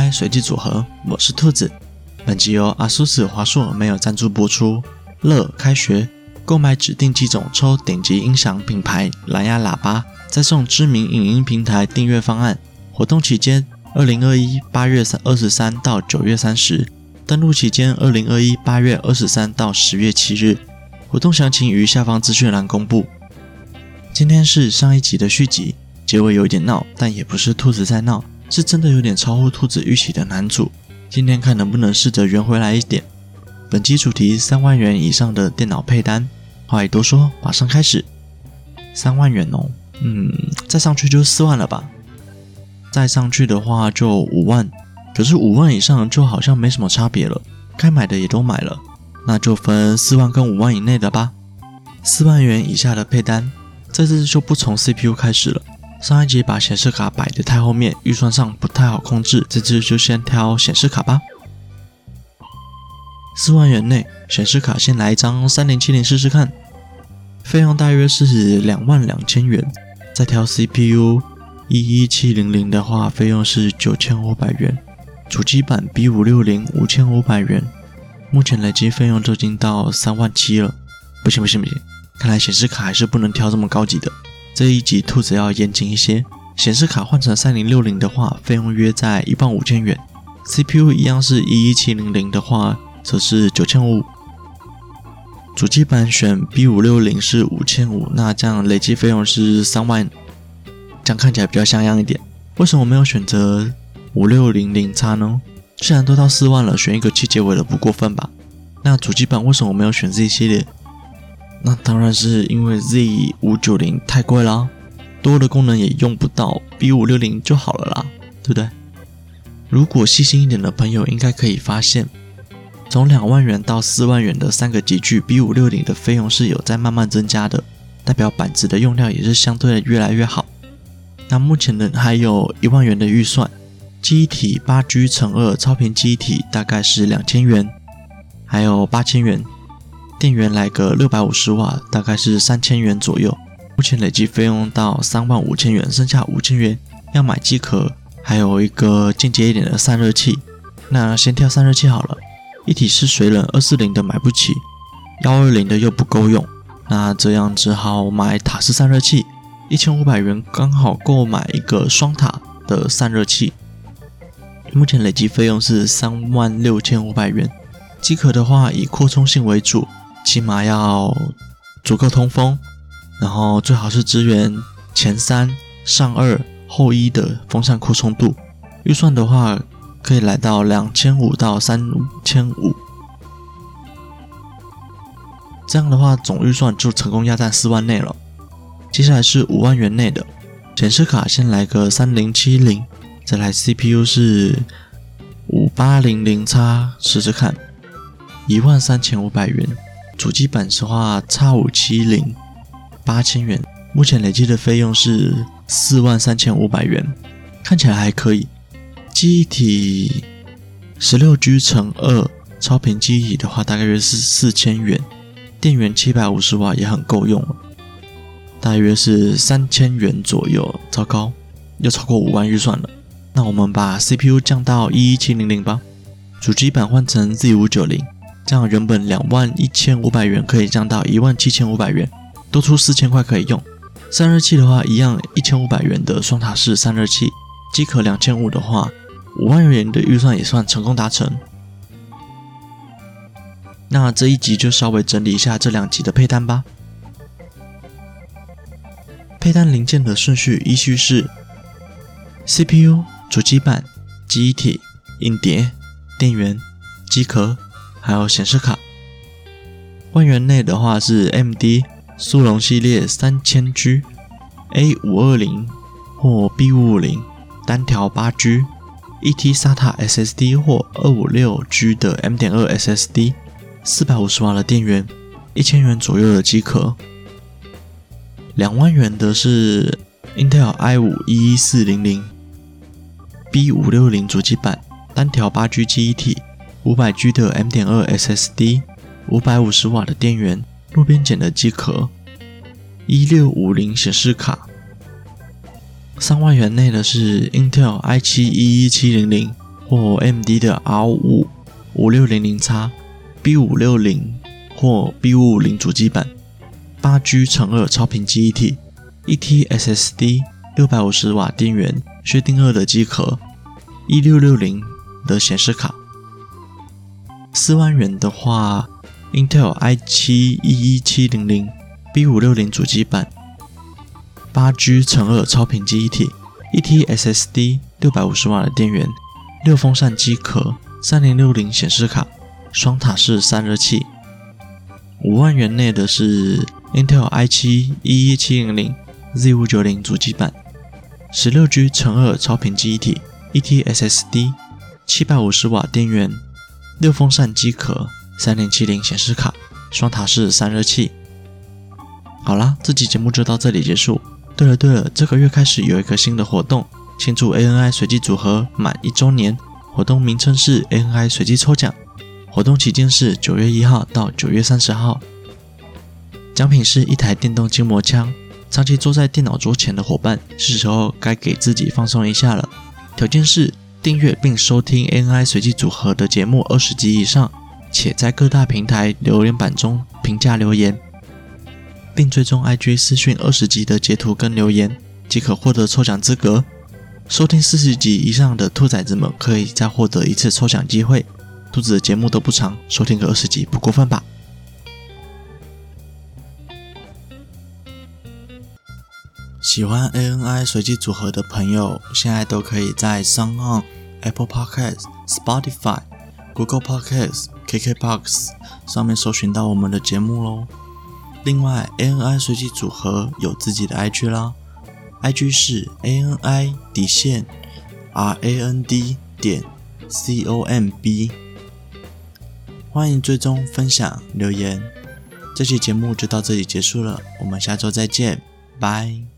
来随机组合，我是兔子。本集由 ASUS 华硕没有赞助播出。乐开学，购买指定机种抽顶级音响品牌蓝牙喇叭，再送知名影音平台订阅方案。活动期间2021 8月23到9月30，登录期间2021 8月23到10月7日。活动详情于下方资讯栏公布。今天是上一集的续集，结尾有一点闹，但也不是兔子在闹，是真的有点超乎兔子预期的难组。今天看能不能试着圆回来一点。本期主题3万元以上的电脑配单，话已多说，马上开始。3万元哦，再上去就4万了吧。再上去的话就5万，可是5万以上就好像没什么差别了，该买的也都买了，那就分4万跟5万以内的吧。4万元以下的配单，这次就不从 CPU 开始了。上一集把显示卡摆得太后面，预算上不太好控制，这次就先挑显示卡吧。4万元内，显示卡先来一张3070试试看，费用大约是22000元。再挑 CPU 11700的话，费用是9500元。主机板 B560 5500元。目前累计费用就已经到37000了。不行，看来显示卡还是不能挑这么高级的。这一集兔子要严谨一些，显示卡换成3060的话，费用约在15000元。CPU 一样是11700的话，则是9500。主机板选 B560 是5500，那这样累计费用是3万，这样看起来比较像样一点。为什么没有选择 5600X 呢？既然都到4万了，选一个7结尾的不过分吧。那主机板为什么没有选 Z 系列？那当然是因为 Z590 太贵啦，多的功能也用不到， B560 就好了啦，对不对？如果细心一点的朋友应该可以发现，从2万元到4万元的3个级距 B560 的费用是有在慢慢增加的，代表板子的用料也是相对的越来越好。那目前的还有1万元的预算，记忆体 8G×2 超频记忆体大概是2000元，还有8000元。电源来个650瓦，大概是3000元左右。目前累计费用到35000元，剩下5000元要买机壳，还有一个进阶一点的散热器。那先挑散热器好了，一体式水冷240的买不起，120的又不够用，那这样只好买塔式散热器，1500元刚好购买一个双塔的散热器。目前累计费用是36500元。机壳的话以扩充性为主，起码要足够通风，然后最好是支援前3、上2、后1的风扇扩充度。预算的话可以来到2500到3500，这样的话总预算就成功压在4万内了。接下来是5万元内的显示卡，先来个3070，再来 CPU 是 5800X 试试看，13500元。主机板的话 X570 8000元。目前累计的费用是43500元，看起来还可以。记忆体 16G×2 超频记忆体的话大概约是4000元，电源750瓦也很够用了，大约是3000元左右。糟糕，又超过5万预算了。那我们把 CPU 降到11700吧，主机板换成 Z590，这样原本21500元可以降到17500元，多出4000块可以用。散热器的话一样1500元的双塔式散热器，机壳2500的话5万元的预算也算成功达成。那这一集就稍微整理一下这2集的配单吧。配单零件的顺序依序是 CPU、主机板、记忆体、硬碟、电源、机壳还有显示卡。万元内的话是 AMD 速龙系列 3000G A520 或 B550 单条 8G ET SATA SSD 或 256G 的 M.2 SSD， 450瓦的电源，1000元左右的机壳。2万元的是 Intel i5 11400 B560 主机板，单条 8G 记忆体，500G 的 M.2 SSD， 550瓦的电源，路边捡的机壳，1650显示卡。3万元内的是 Intel i7 11700 或 AMD 的 R5 5600X B560或 B550 主机板，8G×2 超频记忆体，1T SSD 650瓦电源，薛定谔的机壳，1660的显示卡。4万元的话 Intel i7-11700 B560 主机板，8G×2 超频记忆体，1T SSD 650瓦的电源，6风扇机壳，3060显示卡，双塔式散热器。5万元内的是 Intel i7-11700 Z590 主机板，16G×2 超频记忆体，1T SSD 750瓦电源，6风扇机壳，3070显示卡，双塔式散热器。好啦，这期节目就到这里结束。对了，这个月开始有一个新的活动，庆祝 ANI 随机组合满1周年，活动名称是 ANI 随机抽奖，活动期间是9月1号到9月30号。奖品是一台电动筋膜枪，长期坐在电脑桌前的伙伴，是时候该给自己放松一下了。条件是订阅并收听 ANI 随机组合的节目20集以上，且在各大平台留言板中评价留言，并追踪 IG 私讯20集的截图跟留言，即可获得抽奖资格。收听40集以上的兔崽子们可以再获得一次抽奖机会。兔子的节目都不长，收听个20集不过分吧。喜欢 ANI 随机组合的朋友，现在都可以在 SoundOn、Apple Podcasts、Spotify、Google Podcasts、KKBOX 上面搜寻到我们的节目咯。另外 ANI 随机组合有自己的 IG 啦， IG 是 ANI_RAND.COMB， 欢迎追踪、分享、留言。这期节目就到这里结束了，我们下周再见，拜。